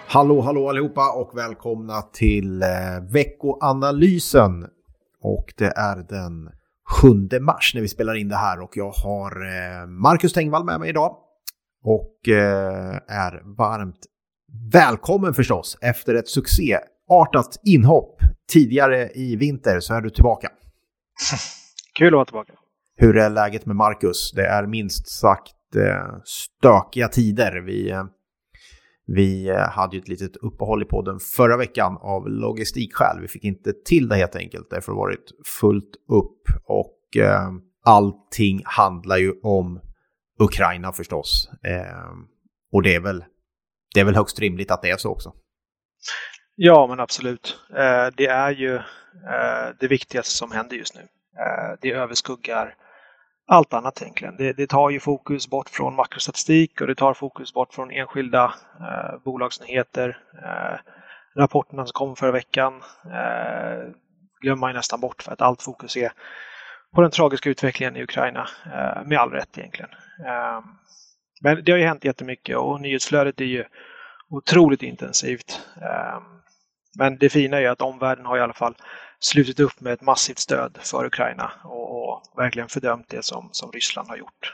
Hallå allihopa och välkomna till veckoanalysen. Och det är den 7 mars när vi spelar in det här och jag har Marcus Tengvall med mig idag. Och är varmt välkommen förstås efter ett succéartat inhopp tidigare i vinter så är du tillbaka. Kul att vara tillbaka. Hur är läget med Marcus? Det är minst sagt stökiga tider. Vi hade ju ett litet uppehåll i podden förra veckan av logistikskäl. Vi fick inte till det helt enkelt. Därför har det varit fullt upp. Och allting handlar ju om Ukraina förstås. Och det är väl högst rimligt att det är så också. Ja, men absolut. Det är ju det viktigaste som händer just nu. Det överskuggar allt annat egentligen. Det tar ju fokus bort från makrostatistik och det tar fokus bort från enskilda bolagsnyheter. Rapporterna som kom förra veckan glömmer man ju nästan bort för att allt fokus är på den tragiska utvecklingen i Ukraina. Med all rätt egentligen. Men det har ju hänt jättemycket och nyhetsflödet är ju otroligt intensivt. Men det fina är att omvärlden har i alla fall slutit upp med ett massivt stöd för Ukraina och verkligen fördömt det som Ryssland har gjort.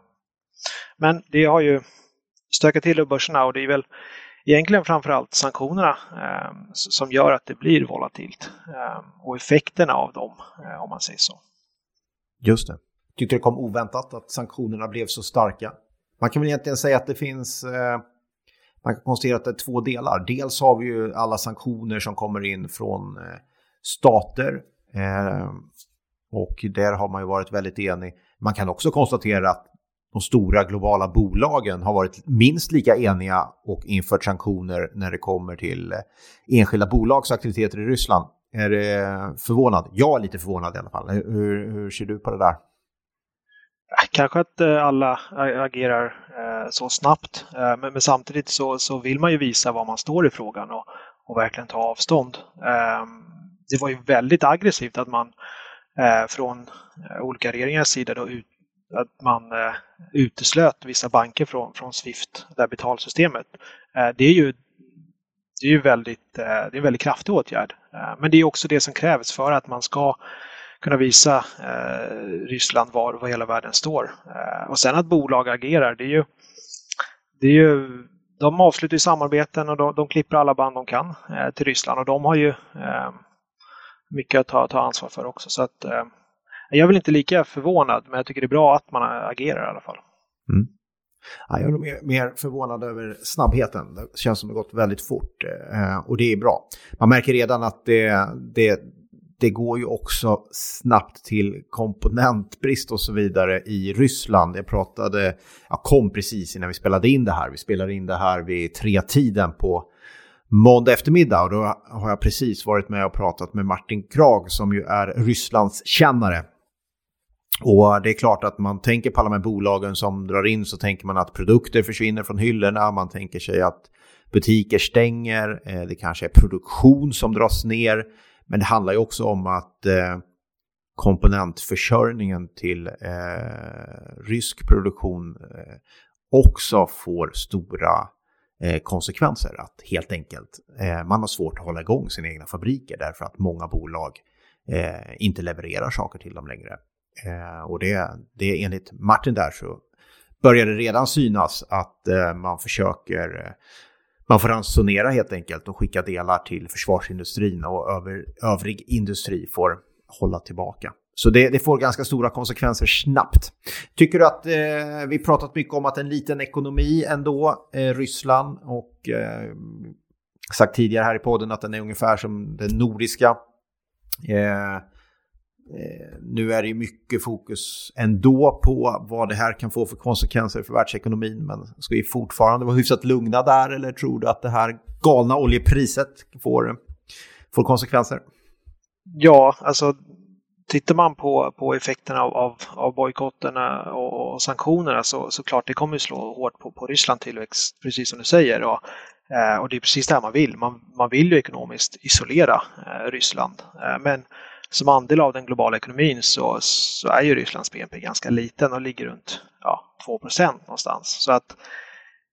Men det har ju stökat till börserna och det är väl egentligen framförallt sanktionerna som gör att det blir volatilt och effekterna av dem om man säger så. Just det. Tyckte det kom oväntat att sanktionerna blev så starka. Man kan väl egentligen säga att det finns... Man kan konstatera att det är två delar. Dels har vi ju alla sanktioner som kommer in från stater. Och där har man ju varit väldigt enig. Man kan också konstatera att de stora globala bolagen har varit minst lika eniga och infört sanktioner när det kommer till enskilda bolags aktiviteter i Ryssland. Är det förvånad? Jag är lite förvånad i alla fall. Hur ser du på det där? Kanske att alla agerar så snabbt, men samtidigt så vill man ju visa vad man står i frågan och verkligen ta avstånd. Det var ju väldigt aggressivt att man från olika regeringars sida då att man uteslöt vissa banker från Swift, det här betalsystemet. Det är ju väldigt, det är en väldigt kraftig åtgärd. Men det är också det som krävs för att man ska kunna visa Ryssland var hela världen står. Och sen att bolag agerar, det är ju de avslutar ju samarbeten och de klipper alla band de kan till Ryssland och de har ju mycket att ta ansvar för också. Så att jag är väl inte lika förvånad, men jag tycker det är bra att man agerar i alla fall. Mm. Ja, jag är mer förvånad över snabbheten. Det känns som det gått väldigt fort och det är bra. Man märker redan att det går ju också snabbt till komponentbrist och så vidare i Ryssland. Jag kom precis innan vi spelade in det här. Vi spelade in det här vid 3-tiden på måndag eftermiddag. Och då har jag precis varit med och pratat med Martin Krag som ju är Rysslands kännare. Och det är klart att man tänker på alla de här bolagen som drar in så tänker man att produkter försvinner från hyllorna. Man tänker sig att butiker stänger. Det kanske är produktion som dras ner. Men det handlar ju också om att komponentförsörjningen till rysk produktion också får stora konsekvenser. Att helt enkelt man har svårt att hålla igång sina egna fabriker därför att många bolag inte levererar saker till dem längre. Och det enligt Martin där så börjar det redan synas att man får ransonera helt enkelt och skicka delar till försvarsindustrin och övrig industri får hålla tillbaka. Så det får ganska stora konsekvenser snabbt. Tycker du att vi pratat mycket om att en liten ekonomi ändå, Ryssland och sagt tidigare här i podden att den är ungefär som den nordiska. Nu är det mycket fokus ändå på vad det här kan få för konsekvenser för världsekonomin, men ska vi fortfarande vara hyfsat lugna där eller tror du att det här galna oljepriset får konsekvenser? Ja, alltså tittar man på effekterna av bojkotterna och sanktionerna så klart det kommer att slå hårt på Ryssland tillväxt, precis som du säger. Och det är precis det här man vill. Man vill ju ekonomiskt isolera Ryssland. Men som andel av den globala ekonomin så är ju Rysslands BNP ganska liten och ligger runt 2% någonstans. Så att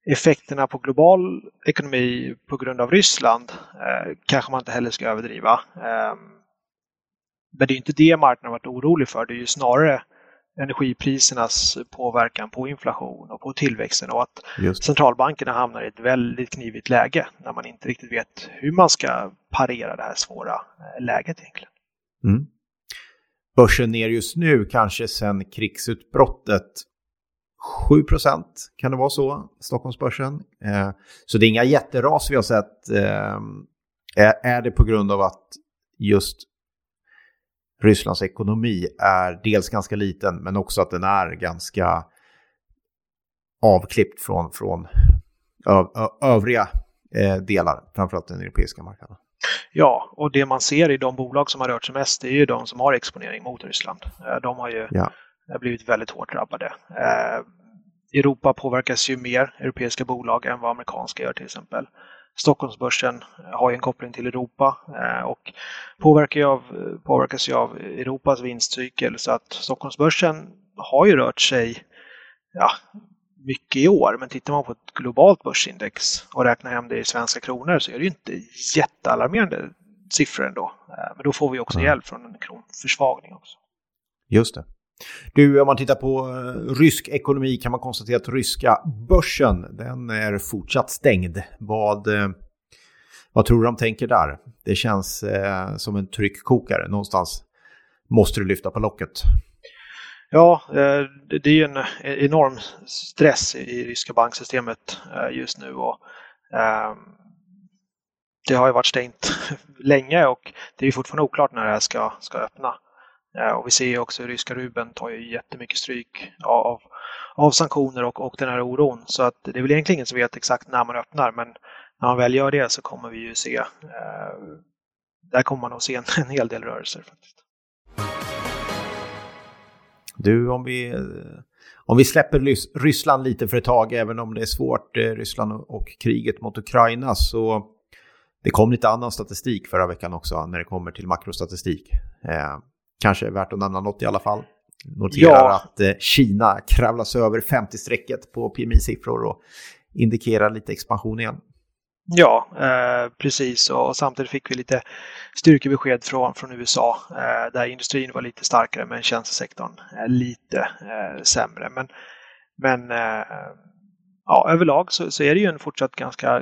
effekterna på global ekonomi på grund av Ryssland kanske man inte heller ska överdriva. Men det är inte det marknaden har varit orolig för. Det är ju snarare energiprisernas påverkan på inflation och på tillväxten och att centralbankerna hamnar i ett väldigt knivigt läge när man inte riktigt vet hur man ska parera det här svåra läget egentligen. Mm. Börsen ner just nu kanske sedan krigsutbrottet 7%, kan det vara så, Stockholmsbörsen. Så det är inga jätteras vi har sett. Är det på grund av att just Rysslands ekonomi är dels ganska liten men också att den är ganska avklippt från övriga delar, framförallt den europeiska marknaden? Ja, och det man ser i de bolag som har rört sig mest är ju de som har exponering mot Ryssland. De har ju blivit väldigt hårt drabbade. Europa påverkas ju mer, europeiska bolag, än vad amerikanska gör till exempel. Stockholmsbörsen har ju en koppling till Europa och påverkas ju av Europas vinstcykel, så att Stockholmsbörsen har ju rört sig mycket i år, men tittar man på ett globalt börsindex och räknar hem det i svenska kronor så är det ju inte jättealarmerande siffror ändå. Men då får vi också hjälp från en kronförsvagning också. Just det. Du, om man tittar på rysk ekonomi kan man konstatera att ryska börsen, den är fortsatt stängd. Vad tror du de tänker där? Det känns som en tryckkokare. Någonstans måste du lyfta på locket. Ja, det är ju en enorm stress i ryska banksystemet just nu och det har ju varit stängt länge och det är fortfarande oklart när det här ska öppna. Och vi ser ju också att ryska rubeln tar ju jättemycket stryk av sanktioner och den här oron. Så att det är väl egentligen ingen som vet exakt när man öppnar, men när man väl gör det så kommer vi ju se, där kommer man att se en hel del rörelser faktiskt. Du, om vi släpper Ryssland lite för ett tag, även om det är svårt, Ryssland och kriget mot Ukraina, så det kom lite annan statistik förra veckan också när det kommer till makrostatistik. Kanske är värt att nämna något i alla fall. Noterar att Kina kravlas över 50-strecket på PMI-siffror och indikerar lite expansion igen. Ja, precis. Och samtidigt fick vi lite styrkebesked från USA där industrin var lite starkare men tjänstesektorn lite sämre. Men överlag så är det ju en fortsatt ganska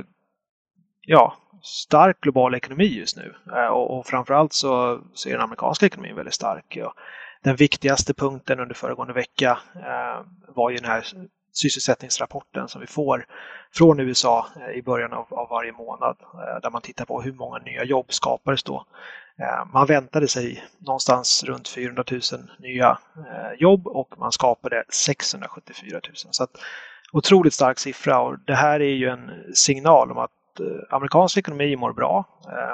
stark global ekonomi just nu. Och framförallt så är den amerikanska ekonomin väldigt stark. Och den viktigaste punkten under föregående vecka var ju den här sysselsättningsrapporten som vi får från USA i början av varje månad, där man tittar på hur många nya jobb skapades då. Man väntade sig någonstans runt 400 000 nya jobb och man skapade 674 000. Så att, otroligt stark siffra, och det här är ju en signal om att amerikansk ekonomi mår bra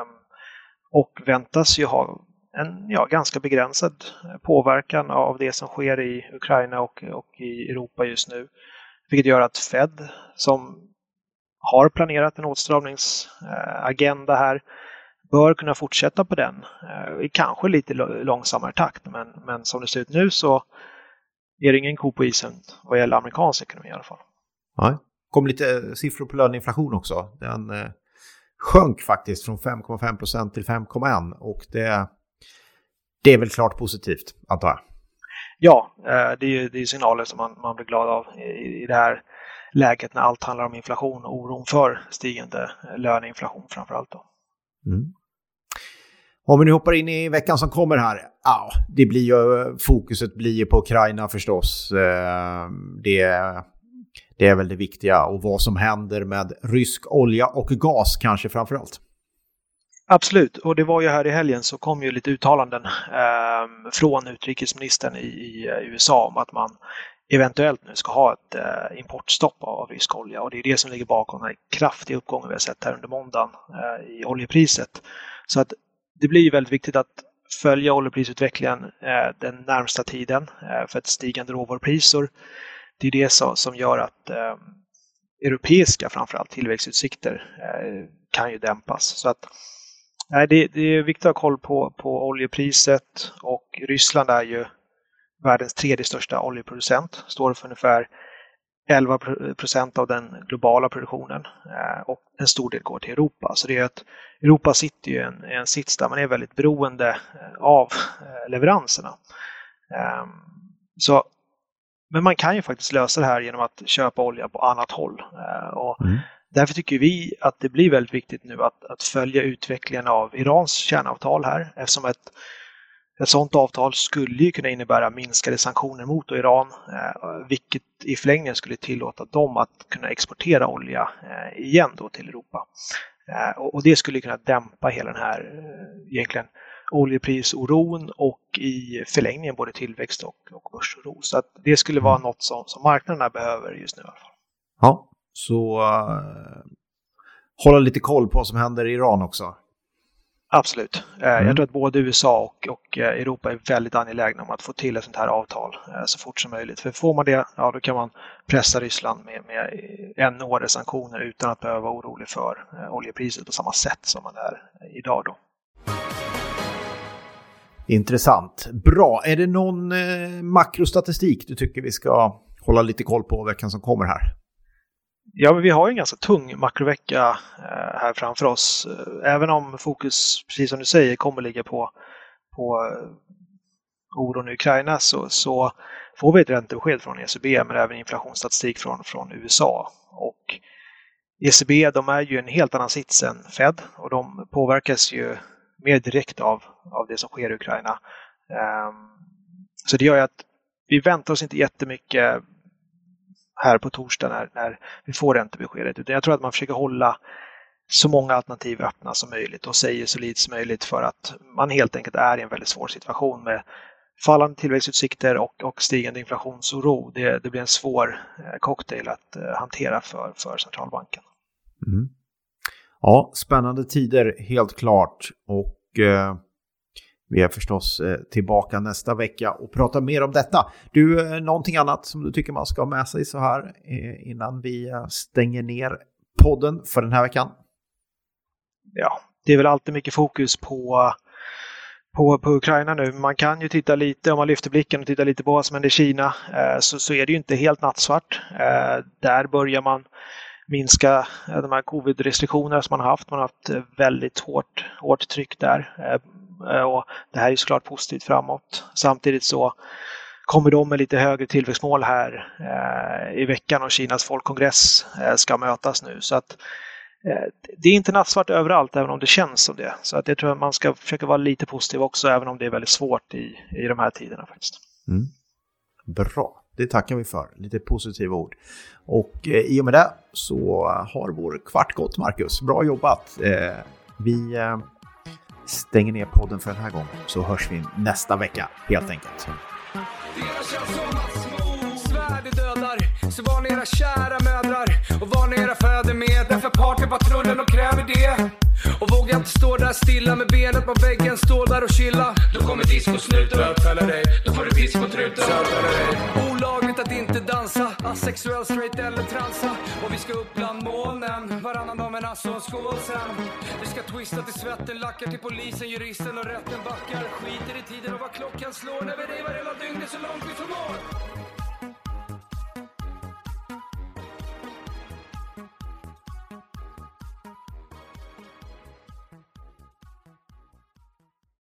och väntas ju ha en ganska begränsad påverkan av det som sker i Ukraina och i Europa just nu. Vilket gör att Fed, som har planerat en åtstramningsagenda här, bör kunna fortsätta på den i kanske lite långsammare takt. Men som det ser ut nu så är det ingen ko på isen vad gäller amerikansk ekonomi i alla fall. Nej. Kom lite siffror på löneinflation också. Den sjönk faktiskt från 5,5% till 5,1% och det är väl klart positivt, antar jag. Ja, det är signaler som man blir glad av i det här läget när allt handlar om inflation och oron för stigande löneinflation framförallt då. Mm. Om vi nu hoppar in i veckan som kommer här, fokuset blir ju på Ukraina förstås. Det är väl det viktiga, och vad som händer med rysk olja och gas kanske framförallt. Absolut, och det var ju här i helgen så kom ju lite uttalanden från utrikesministern i USA om att man eventuellt nu ska ha ett importstopp av rysk olja, och det är det som ligger bakom den här kraftiga uppgången vi har sett här under måndagen i oljepriset. Så att det blir väldigt viktigt att följa oljeprisutvecklingen den närmsta tiden för ett stigande råvarupriser. Det är det som gör att europeiska framförallt tillväxtutsikter kan ju dämpas. Så att det är viktigt att ha koll på oljepriset, och Ryssland är ju världens tredje största oljeproducent. Står för ungefär 11% av den globala produktionen och en stor del går till Europa. Så det är att Europa sitter ju i en sits där man är väldigt beroende av leveranserna. Men man kan ju faktiskt lösa det här genom att köpa olja på annat håll. Därför tycker vi att det blir väldigt viktigt nu att följa utvecklingen av Irans kärnavtal här, eftersom ett sådant avtal skulle ju kunna innebära minskade sanktioner mot Iran, vilket i förlängningen skulle tillåta dem att kunna exportera olja igen då till Europa. Och det skulle kunna dämpa hela den här egentligen oljeprisoron och i förlängningen både tillväxt och börsoro. Så att det skulle vara något som marknaderna behöver just nu i alla fall. Ja, så hålla lite koll på vad som händer i Iran också. Absolut. Jag tror att både USA och Europa är väldigt angelägna om att få till ett sånt här avtal så fort som möjligt. För får man det, ja, då kan man pressa Ryssland med ännu hårdare sanktioner utan att behöva vara orolig för oljepriset på samma sätt som man är idag då. Intressant. Bra. Är det någon makrostatistik du tycker vi ska hålla lite koll på veckan som kommer här? Ja, men vi har ju en ganska tung makrovecka här framför oss. Även om fokus, precis som du säger, kommer ligga på oron i Ukraina så får vi ett räntebesked från ECB men även inflationsstatistik från USA. Och ECB, de är ju en helt annan sits än Fed och de påverkas ju mer direkt av det som sker i Ukraina. Så det gör ju att vi väntar oss inte jättemycket här på torsdag när vi får räntebeskedet. Utan jag tror att man försöker hålla så många alternativ öppna som möjligt och säger så lite som möjligt för att man helt enkelt är i en väldigt svår situation med fallande tillväxtutsikter och stigande inflationsoro. Det blir en svår cocktail att hantera för centralbanken. Mm. Ja, spännande tider helt klart och vi är förstås tillbaka nästa vecka och pratar mer om detta. Du, någonting annat som du tycker man ska ha med sig så här innan vi stänger ner podden för den här veckan? Ja, det är väl alltid mycket fokus på Ukraina nu. Man kan ju titta lite, om man lyfter blicken och tittar lite på vad som händer i Kina, så är det ju inte helt nattsvart. Där börjar man minska de här covid-restriktionerna som man har haft. Man har haft väldigt hårt tryck där. Och det här är ju såklart positivt framåt. Samtidigt så kommer de med lite högre tillväxtmål här i veckan och Kinas folkkongress ska mötas nu. Så att det är inte nattsvart överallt även om det känns som det. Så att jag tror att man ska försöka vara lite positiv också även om det är väldigt svårt i de här tiderna faktiskt. Mm. Bra. Det tackar vi för. Lite positiva ord. Och i och med det så har vår kvart gått, Marcus. Bra jobbat. Vi stänger ner podden för den här gången. Så hörs vi nästa vecka helt enkelt. Så var ni era kära mödrar och var ni era fäder med. Därför partypatrullen och kräver det. Och vågar inte stå där stilla med benet på väggen, stå där och chilla. Då kommer disco-snuten och uppfäller dig. Då får du piss på truten och uppfäller dig. Olagligt att inte dansa, asexuell, straight eller transa. Och vi ska upp bland molnen, varannan dag med nass och en skål sen. Vi ska twista till svetten, lackar till polisen, juristen och rätten backar. Skiter i tiden och vad klockan slår när vi rivar hela dygnet så långt vi förmår.